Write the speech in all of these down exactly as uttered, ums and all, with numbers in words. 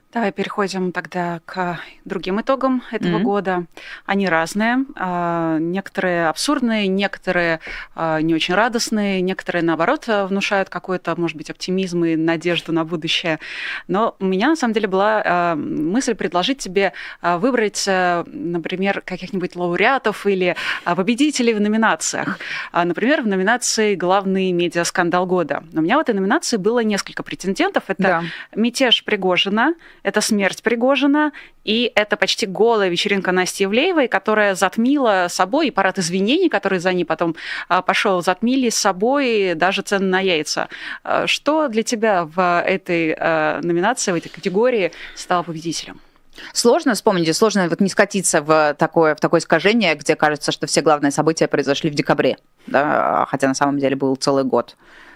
Давай переходим тогда к другим итогам этого Мгм. года. Они разные. А, Некоторые абсурдные, некоторые а, не очень радостные, некоторые, наоборот, а, внушают какой-то, может быть, оптимизм и надежду на будущее. Но у меня, на самом деле, была а, мысль предложить тебе а, выбрать, а, например, каких-нибудь лауреатов или а, победителей в номинациях. А, Например, в номинации «Главный медиаскандал года». У меня в этой номинации было несколько претендентов. Это Да. мятеж Пригожина, это смерть Пригожина, и это почти голая вечеринка Насти Ивлеевой, которая затмила собой, и парад извинений, который за ней потом а, пошел, затмили с собой даже цены на яйца. А, Что для тебя в этой а, номинации, в этой категории стало победителем? Сложно вспомнить, сложно вот не скатиться в такое, в такое искажение, где кажется, что все главные события произошли в декабре, да, хотя на самом деле был целый год.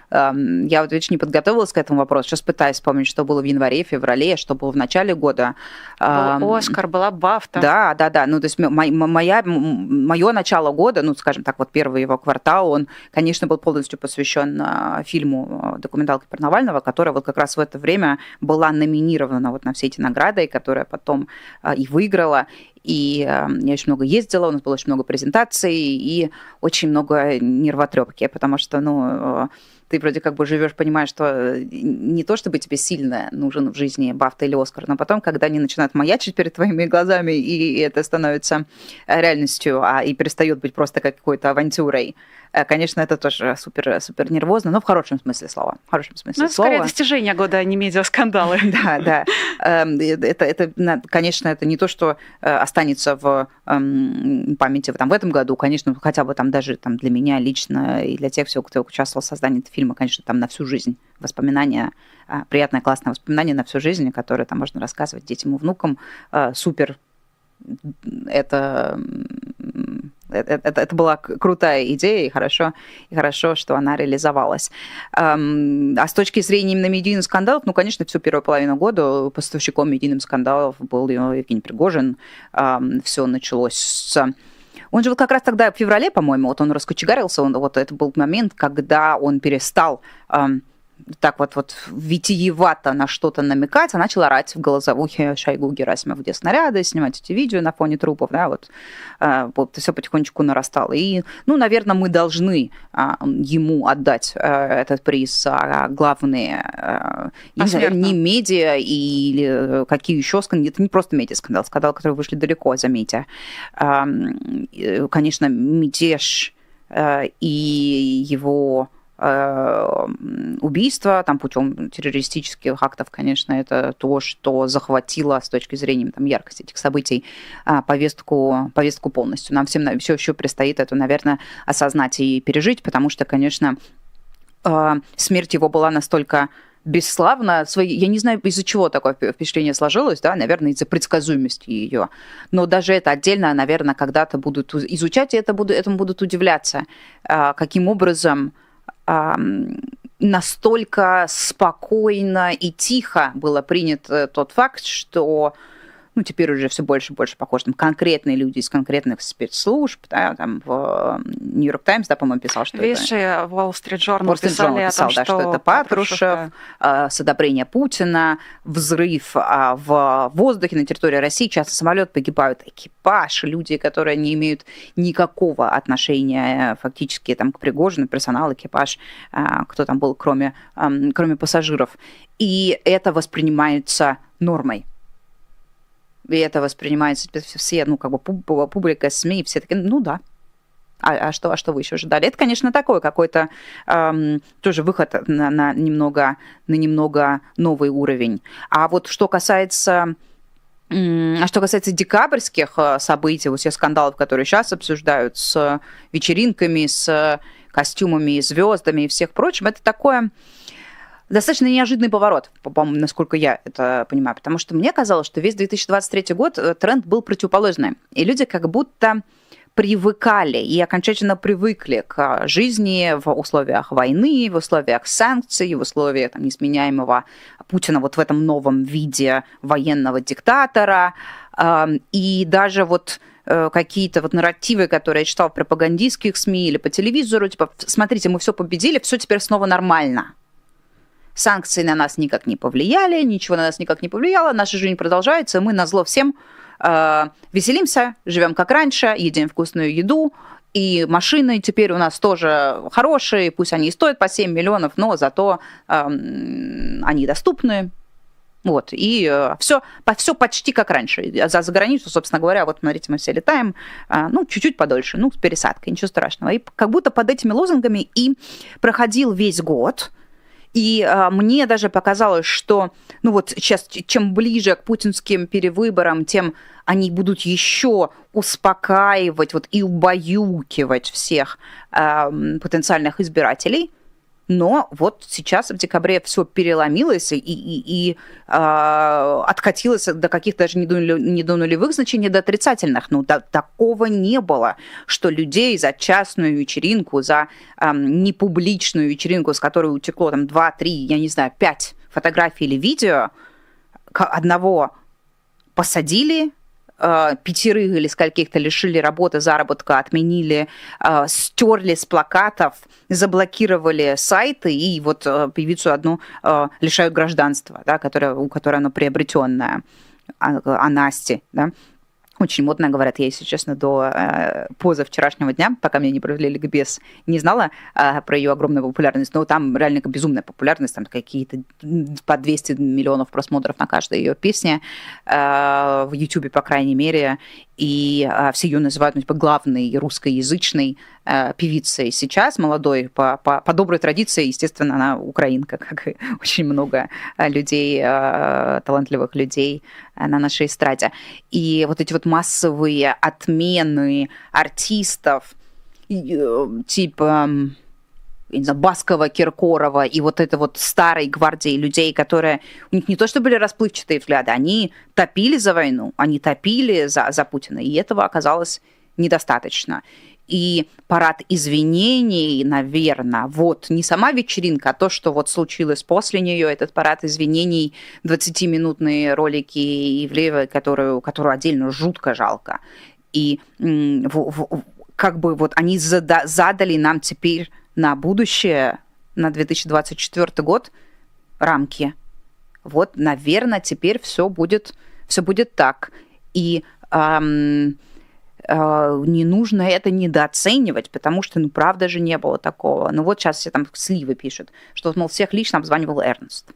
Эм, Я вот, видишь, не подготовилась к этому вопросу. Сейчас пытаюсь вспомнить, что было в январе, феврале, что было в начале года. Был Эм, Оскар, была Бафта. Да, да, да. Ну, то есть мо- моя, мое начало года, ну, скажем так, вот первый его квартал, он, конечно, был полностью посвящен а, фильму, документалке про Навального, которая вот как раз в это время была номинирована вот на все эти награды, и которая потом а, и выиграла. И э, я очень много ездила, у нас было очень много презентаций и очень много нервотрепки, потому что, ну, э, ты вроде как бы живешь, понимаешь, что не то, чтобы тебе сильно нужен в жизни Бафта или Оскар, но потом, когда они начинают маячить перед твоими глазами, и это становится реальностью, а и перестает быть просто какой-то авантюрой, конечно, это тоже супер, супер нервозно, но в хорошем смысле слова. В хорошем смысле Ну, это слова. скорее достижение года, а не медиаскандалы. Да, да. Это, это, конечно, это не то, что останется в памяти там, в этом году. Конечно, хотя бы там даже там, для меня лично и для тех, кто участвовал в создании этого фильма, конечно, там на всю жизнь воспоминания, приятное, классное воспоминание на всю жизнь, которое там можно рассказывать детям и внукам. Супер. Это... Это, это, это была крутая идея, и хорошо, и хорошо, что она реализовалась. А с точки зрения именно медийных скандалов, ну, конечно, всю первую половину года поставщиком медийных скандалов был Евгений Пригожин. Все началось с... Он же как раз тогда, в феврале, по-моему, вот он раскочегарился, он, вот это был момент, когда он перестал... так вот, вот витиевато на что-то намекать, а начал орать в голосовухе Шойгу, Герасимов, где снаряды, снимать эти видео на фоне трупов, да, вот, вот все потихонечку нарастало. И, ну, наверное, мы должны ему отдать этот приз за главные, не, знаю, не медиа или какие еще скандалы, это не просто медиа-скандал, скандал, которые вышли далеко за медиа. Конечно, мятеж и его убийство там, путем террористических актов, конечно, это то, что захватило с точки зрения там, яркости этих событий повестку, повестку полностью. Нам всем все еще предстоит это, наверное, осознать и пережить, потому что, конечно, смерть его была настолько бесславно, я не знаю, из-за чего такое впечатление сложилось, да, наверное, из-за предсказуемости ее. Но даже это отдельно, наверное, когда-то будут изучать, и это будут, этому будут удивляться, каким образом настолько спокойно и тихо было принят тот факт, что ну, теперь уже все больше и больше похоже, там, конкретные люди из конкретных спецслужб, да, там, в Нью-Йорк Таймс, да, по-моему, писал, что Видишь, это... Wall Street Journal Wall Street писали Journal писал, о том, да, что, что это Патрушев, Патрушев да. с одобрения Путина, взрыв в воздухе на территории России, часто самолет погибают, экипаж, люди, которые не имеют никакого отношения фактически там, к Пригожину, персонал, экипаж, кто там был, кроме, кроме пассажиров. И это воспринимается нормой. И это воспринимается все, ну, как бы публика, СМИ, все такие, ну да. А, а, что, а что вы еще ожидали? Это, конечно, такой какой-то эм, тоже выход на, на, немного, на немного новый уровень. А вот что касается... А что касается декабрьских событий, вот всех скандалов, которые сейчас обсуждают с вечеринками, с костюмами, звездами и всех прочим, это такое... Достаточно неожиданный поворот, по-моему, насколько я это понимаю, потому что мне казалось, что весь две тысячи двадцать третий год тренд был противоположный, и люди как будто привыкали и окончательно привыкли к жизни в условиях войны, в условиях санкций, в условиях там, несменяемого Путина вот в этом новом виде военного диктатора, и даже вот какие-то вот нарративы, которые я читала в пропагандистских СМИ или по телевизору, типа, смотрите, мы все победили, все теперь снова нормально. санкции на нас никак не повлияли, ничего на нас никак не повлияло, наша жизнь продолжается, мы назло всем э, веселимся, живем как раньше, едим вкусную еду, и машины теперь у нас тоже хорошие, пусть они и стоят по семь миллионов, но зато э, они доступны. Вот, и э, все, по, все почти как раньше. За, за границу, собственно говоря, вот, смотрите, мы все летаем, э, ну, чуть-чуть подольше, ну, с пересадкой, ничего страшного. И как будто под этими лозунгами и проходил весь год. И э, мне даже показалось, что, ну, вот сейчас, чем ближе к путинским перевыборам, тем они будут еще успокаивать вот, и убаюкивать всех э, потенциальных избирателей. Но вот сейчас в декабре все переломилось и, и, и э, откатилось до каких-то даже не до, не до нулевых значений, до отрицательных. Ну, да, такого не было, что людей за частную вечеринку, за э, непубличную вечеринку, с которой утекло там два-три, я не знаю, пять фотографий или видео, одного посадили, пятерых или скольких-то лишили работы, заработка, отменили, стерли с плакатов, заблокировали сайты, и вот певицу одну лишают гражданства, да, которое, у которой оно приобретенное, о Насте, да. Очень модно, говорят, я, если честно, до э, позавчерашнего дня, пока меня не провели ликбез, не знала э, про ее огромную популярность, но там реально безумная популярность, там какие-то по двести миллионов просмотров на каждой ее песне э, в Ютубе, по крайней мере, и э, все ее называют, ну, типа, главной русскоязычной э, певицей сейчас, молодой, по, по, по доброй традиции, естественно, она украинка, как и очень много людей, э, талантливых людей э, на нашей эстраде. И вот эти вот массовые отмены артистов, типа, не знаю, Баскова, Киркорова и вот это вот старой гвардии людей, которые, у них не то что были расплывчатые взгляды, они топили за войну, они топили за, за Путина, и этого оказалось недостаточно. И парад извинений, наверное, вот не сама вечеринка, а то, что вот случилось после нее, этот парад извинений, двадцатиминутные ролики Ивлеевой, которую, которую отдельно жутко жалко. И в, в, как бы вот они зада, задали нам теперь на будущее, на две тысячи двадцать четвёртый год рамки. Вот, наверное, теперь все будет, все будет так. И эм, не нужно это недооценивать, потому что, ну, правда же не было такого. Ну, вот сейчас все там сливы пишут, что, мол, всех лично обзванивал Эрнст.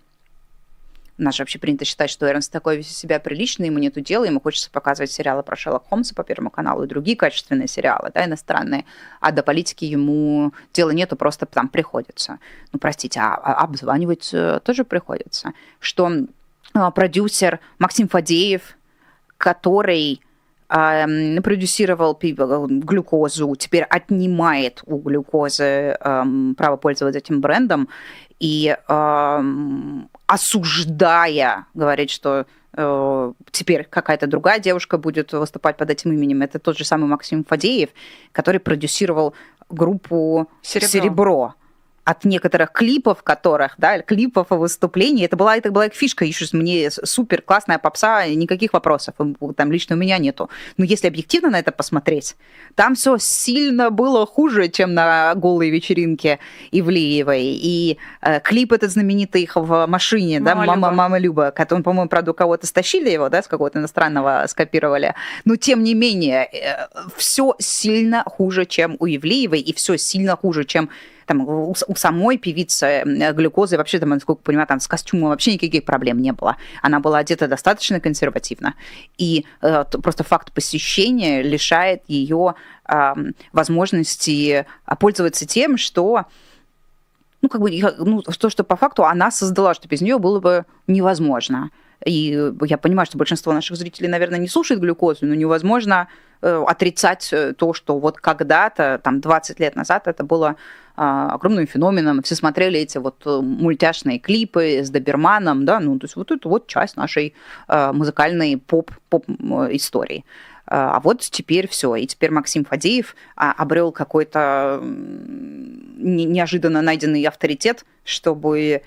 У нас же вообще принято считать, что Эрнст такой себя приличный, ему нету дела, ему хочется показывать сериалы про Шерлока Холмса по Первому каналу и другие качественные сериалы, да, иностранные, а до политики ему дела нету, просто там приходится. Ну, простите, а обзванивать тоже приходится. Что продюсер Максим Фадеев, который продюсировал глюкозу, теперь отнимает у глюкозы эм, право пользоваться этим брендом и эм, осуждая, говорит, что э, теперь какая-то другая девушка будет выступать под этим именем. Это тот же самый Максим Фадеев, который продюсировал группу «Серебро». «Серебро». От некоторых клипов, которых, да, клипов и выступлений, это была, это была их фишка, еще мне супер классная попса, никаких вопросов, там лично у меня нету. Но если объективно на это посмотреть, там все сильно было хуже, чем на голой вечеринке Ивлеевой. И э, клип этот знаменитый их в машине, «Мама, да, Мама, Люба. Мама Люба», который, по-моему, правда, у кого-то стащили его, да, с какого-то иностранного скопировали. Но, тем не менее, э, все сильно хуже, чем у Ивлеевой, и все сильно хуже, чем там, у, у самой певицы глюкозы, вообще, там, насколько я понимаю, там, с костюмом вообще никаких проблем не было. Она была одета достаточно консервативно. И э, просто факт посещения лишает ее э, возможности пользоваться тем, что, ну, как бы, ну, то, что по факту она создала, что без нее было бы невозможно. И я понимаю, что большинство наших зрителей, наверное, не слушает глюкозу, но невозможно э, отрицать то, что вот когда-то, там, двадцать лет назад это было э, огромным феноменом. Все смотрели эти вот мультяшные клипы с доберманом, да, ну, то есть вот это вот часть нашей э, музыкальной поп, поп-истории. А вот теперь все. И теперь Максим Фадеев обрел какой-то неожиданно найденный авторитет, чтобы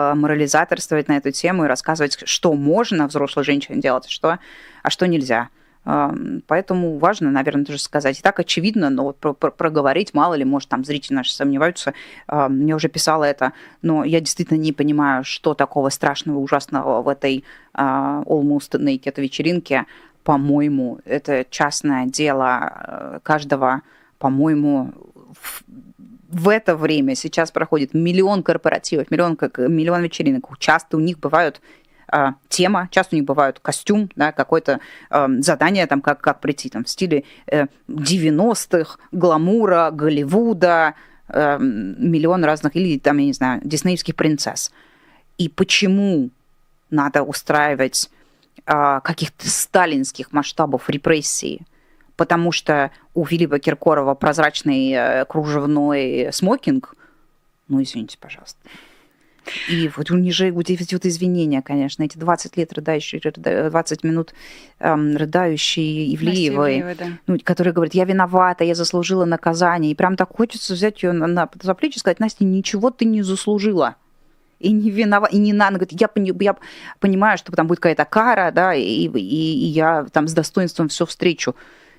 морализаторствовать на эту тему и рассказывать, что можно взрослой женщине делать, а что, а что нельзя. Поэтому важно, наверное, тоже сказать. И так очевидно, но вот про- про- проговорить, мало ли, может, там зрители наши сомневаются. Я уже писала это, но я действительно не понимаю, что такого страшного, ужасного в этой Almost Naked вечеринке. По-моему, это частное дело каждого, по-моему, в, в это время сейчас проходит миллион корпоративов, миллион, миллион вечеринок. Часто у них бывают э, тема, часто у них бывают костюм, да, какое-то э, задание, там, как, как прийти там, в стиле э, девяностых, гламура, Голливуда, э, миллион разных, или там, я не знаю, диснеевских принцесс. И почему надо устраивать э, каких-то сталинских масштабов репрессий? Потому что у Филиппа Киркорова прозрачный э, кружевной смокинг, ну, извините, пожалуйста. И вот у них же вот извинения, конечно, эти двадцать лет рыдающие, двадцать минут эм, рыдающие Ивлеевой, да. Ну, которая говорит, я виновата, я заслужила наказание. И прям так хочется взять ее на, на за плечи и сказать, Настя, ничего ты не заслужила. И не виновата, и не надо. Говорит, я, я понимаю, что там будет какая-то кара, да, и, и, и я там с достоинством все встречу.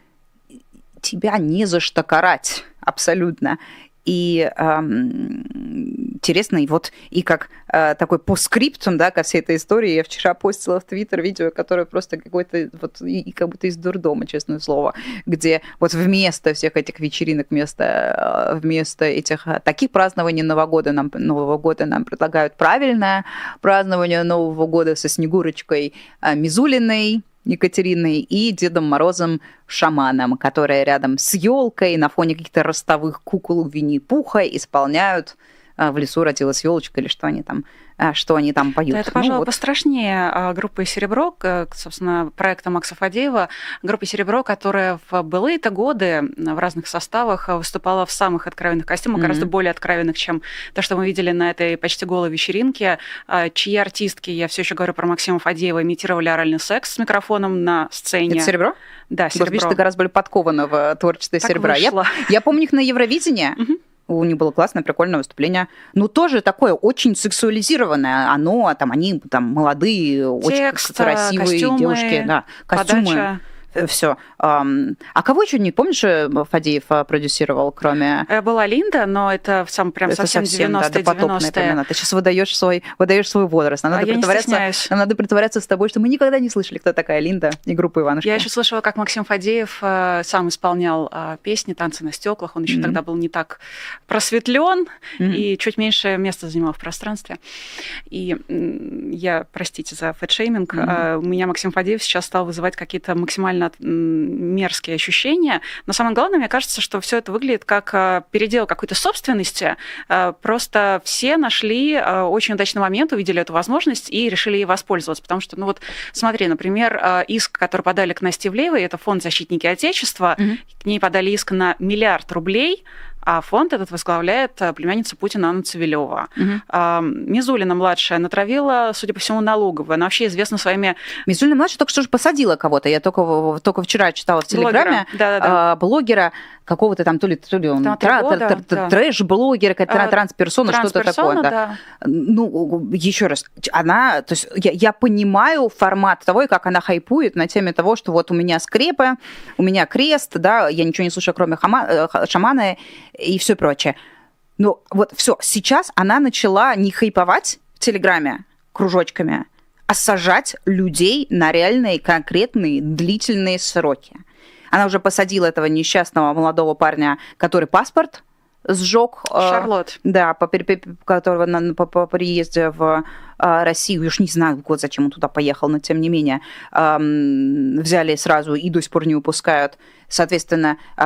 Тебя не за что карать, абсолютно. И эм, интересно, и вот и как э, такой постскриптум, да, ко всей этой истории, я вчера постила в Твиттер видео, которое просто какое-то, вот, и, и как будто из дурдома, честное слово, где вот вместо всех этих вечеринок, вместо, вместо этих таких празднований Нового года нам, Нового года нам предлагают правильное празднование Нового года со Снегурочкой э, Мизулиной, Екатериной и Дедом Морозом-шаманом, которые рядом с елкой на фоне каких-то ростовых кукол Винни-Пуха исполняют «В лесу родилась елочка» или что они там, что они там поют. Да, это, пожалуй, ну, вот. пострашнее группы «Серебро», собственно, проекта Макса Фадеева, группа «Серебро», которая в былые-то годы в разных составах выступала в самых откровенных костюмах, mm-hmm. гораздо более откровенных, чем то, что мы видели на этой почти голой вечеринке, чьи артистки, я все еще говорю про Максима Фадеева, имитировали оральный секс с микрофоном на сцене. Это «Серебро»? Да, «Серебро». Видишь, ты гораздо более подкована в творчестве так «Серебра». Я, я помню их на Евровидении. Mm-hmm. У них было классное, прикольное выступление. Ну, тоже такое очень сексуализированное. Оно, там, они там молодые, Текст, очень красивые костюмы, девушки. Да, костюмы. Подача. Все. А кого еще, не помнишь, Фадеев продюсировал, кроме... Была Линда, но это сам, прям это совсем девяностые, да, девяностые. Ты сейчас выдаешь свой, выдаешь свой возраст. Нам, а надо притворяться, нам надо притворяться с тобой, что мы никогда не слышали, кто такая Линда и группа Иванушки. Я еще слышала, как Максим Фадеев сам исполнял песни «Танцы на стеклах». Он еще mm-hmm. тогда был не так просветлен mm-hmm. и чуть меньше места занимал в пространстве. И я, простите за фэтшейминг, mm-hmm. у меня Максим Фадеев сейчас стал вызывать какие-то максимально мерзкие ощущения. Но самое главное, мне кажется, что все это выглядит как передел какой-то собственности. Просто все нашли очень удачный момент, увидели эту возможность и решили ей воспользоваться. Потому что, ну вот, смотри, например, иск, который подали к Насте Ивлеевой, это фонд «Защитники Отечества», mm-hmm. к ней подали иск на миллиард рублей, а фонд этот возглавляет племянница Путина Анна Цивилева. Угу. Мизулина-младшая натравила, судя по всему, налоговую. Она вообще известна своими... Мизулина-младшая только что же посадила кого-то. Я только, только вчера читала в Телеграме. Блогера, блогера какого-то там, то ли, то ли он тра- года, тр- тр- да. трэш-блогер, какая-то а, трансперсона, что-то такое. Да. Да. Ну, еще раз, она... То есть я, я понимаю формат того, как она хайпует на теме того, что вот у меня скрепы, у меня крест, да, я ничего не слушаю, кроме хама- шамана и все прочее. Но вот все, сейчас она начала не хайповать в Телеграме кружочками, а сажать людей на реальные, конкретные, длительные сроки. Она уже посадила этого несчастного молодого парня, который паспорт сжег. Шарлотт. Э, да, по, которого на, по, по приезде в э, Россию, я уж не знаю, год, зачем он туда поехал, но тем не менее, э, взяли сразу и до сих пор не выпускают. Соответственно, э,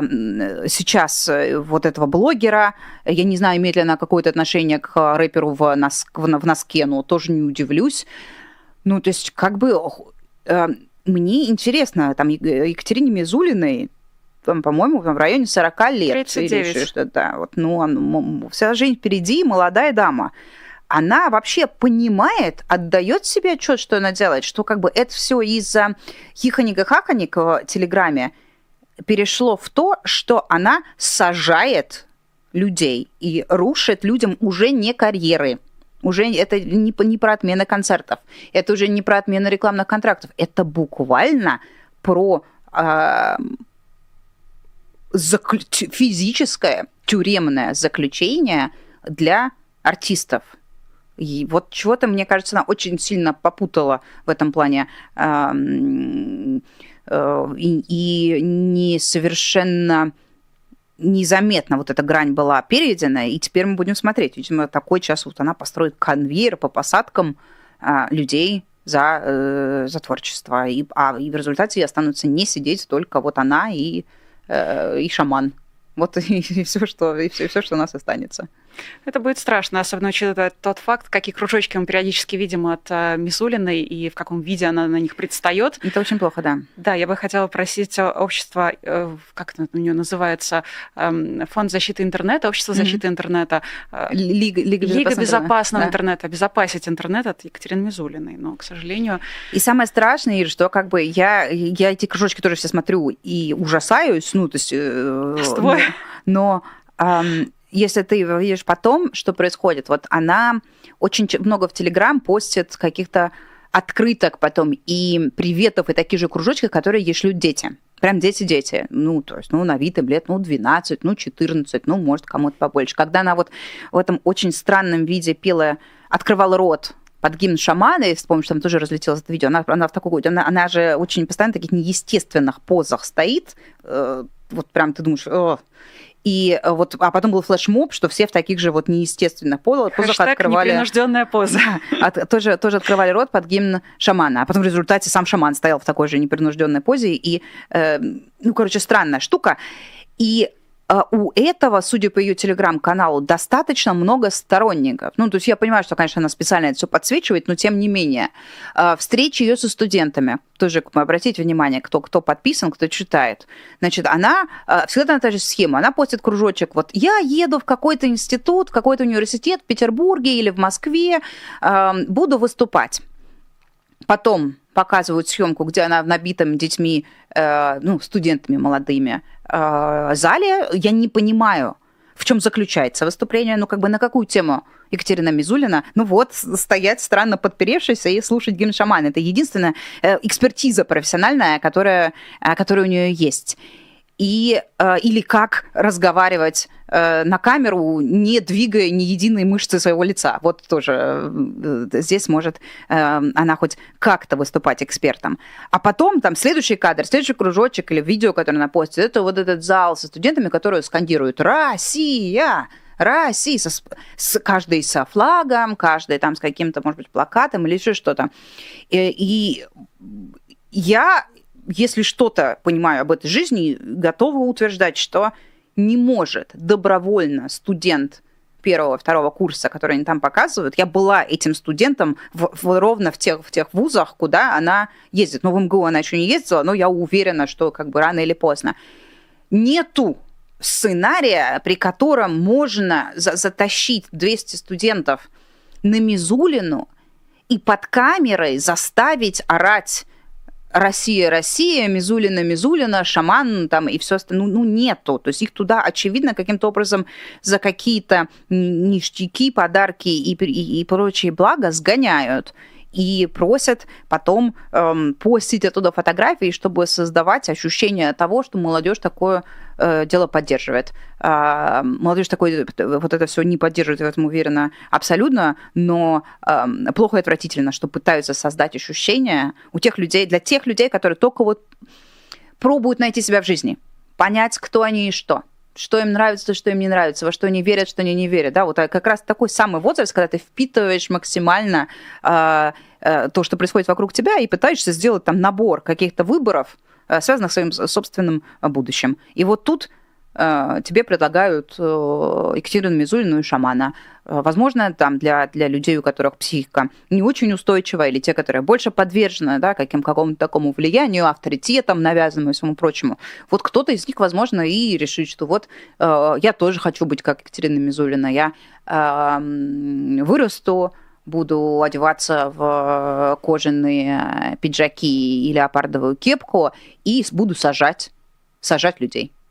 сейчас вот этого блогера, я не знаю, имеет ли она какое-то отношение к рэперу в, нос, в, в носке, но тоже не удивлюсь. Ну, то есть, как бы... Э, мне интересно, там Екатерине Мизулиной, там, по-моему, в районе сорок лет. тридцать девять. Или что-то, да, вот, ну, вся жизнь впереди, молодая дама. Она вообще понимает, отдает себе отчет, что она делает, что как бы это все из-за хихоника-хахоника в Телеграме перешло в то, что она сажает людей и рушит людям уже не карьеры. Уже это не, не про отмены концертов, это уже не про отмену рекламных контрактов, это буквально про э, заклю- физическое тюремное заключение для артистов. И вот чего-то, мне кажется, она очень сильно попутала в этом плане э, э, и, и не совершенно незаметно вот эта грань была переведена, и теперь мы будем смотреть. Видимо, такой час вот она построит конвейер по посадкам э, людей за, э, за творчество. И, а и в результате останутся не сидеть только вот она и, э, и шаман. Вот и, и все, что, и все, и все, что у нас останется. Это будет страшно, особенно учитывая тот факт, какие кружочки мы периодически видим от uh, Мисулиной и в каком виде она на них предстает. Это очень плохо, да. Да, я бы хотела просить общество, как это у нее называется, Фонд защиты интернета, Общество защиты mm-hmm. интернета, Лига, Лига, Лига безопасного да. интернета, обезопасить интернет от Екатерины Мисулиной. Но, к сожалению... И самое страшное, Ир, что как бы я, я эти кружочки тоже все смотрю и ужасаюсь, ну, то есть... Но... но эм, если ты видишь потом, что происходит, вот она очень много в Телеграм постит каких-то открыток потом и приветов, и таких же кружочков, которые ей шлют дети. Прям дети-дети. Ну, то есть, ну, на вид им лет, ну, двенадцать, ну, четырнадцать, ну, может, кому-то побольше. Когда она вот в этом очень странном виде пела, открывала рот под гимн шамана, и вспомнишь, там тоже разлетелось это видео, она, она в такой, она, она же очень постоянно в таких неестественных позах стоит, э, вот прям ты думаешь, о. И вот, а потом был флешмоб, что все в таких же вот неестественных позах открывали... непринужденная поза. От, тоже, тоже открывали рот под гимн шамана. А потом в результате сам шаман стоял в такой же непринужденной позе. И, э, ну, короче, странная штука. И э, у этого, судя по ее телеграм-каналу, достаточно много сторонников. Ну, то есть я понимаю, что, конечно, она специально это все подсвечивает, но тем не менее. Э, встречи ее со студентами. Тоже обратите внимание, кто, кто подписан, кто читает. Значит, она э, всегда на та же схема. Она постит кружочек. Вот я еду в какой-то институт, в какой-то университет в Петербурге или в Москве, э, буду выступать. Потом показывают съемку, где она в набитом детьми, э, ну, студентами молодыми э, зале. Я не понимаю, в чем заключается выступление, ну, как бы на какую тему Екатерина Мисулина, ну вот, стоять странно подперевшись и слушать гимн шамана. Это единственная э, экспертиза профессиональная, которая, э, которая у нее есть. И, э, или как разговаривать э, на камеру, не двигая ни единой мышцы своего лица. Вот тоже э, здесь может э, она хоть как-то выступать экспертом. А потом там следующий кадр, следующий кружочек или видео, которое она постит, это вот этот зал со студентами, которые скандируют «Россия!», России, со, с, каждый со флагом, каждый там с каким-то, может быть, плакатом или еще что-то. И, и я, если что-то понимаю об этой жизни, готова утверждать, что не может добровольно студент первого, второго курса, который они там показывают, я была этим студентом в, в, ровно в тех, в тех вузах, куда она ездит. Но в эм гэ у она еще не ездила, но я уверена, что как бы рано или поздно. Нету сценария, при котором можно за- затащить двести студентов на Мисулину и под камерой заставить орать «Россия, Россия», «Мисулина, Мисулина», «Шаман» там, и все остальное. Ну, ну, нету. То есть их туда, очевидно, каким-то образом за какие-то ништяки, подарки и, и, и прочие блага сгоняют. И просят потом эм, постить оттуда фотографии, чтобы создавать ощущение того, что молодежь такое э, дело поддерживает. Э, молодежь такое, вот это все не поддерживает, я в этом уверена абсолютно, но э, плохо и отвратительно, что пытаются создать ощущение у тех людей, для тех людей, которые только вот пробуют найти себя в жизни, понять, кто они и что. Что им нравится, что им не нравится, во что они верят, что они не верят. Да, вот как раз такой самый возраст, когда ты впитываешь максимально э, э, то, что происходит вокруг тебя, и пытаешься сделать там набор каких-то выборов, э, связанных с своим собственным будущим. И вот тут э, тебе предлагают э, Екатерину Мисулину и шамана. Э, возможно, там для, для людей, у которых психика не очень устойчива, или те, которые больше подвержены, да, каким, какому-то такому влиянию, авторитетам, навязанному и всему прочему. Вот кто-то из них, возможно, и решит, что вот э, я тоже хочу быть как Екатерина Мисулина, я э, вырасту, буду одеваться в кожаные пиджаки и леопардовую кепку и буду сажать, сажать людей.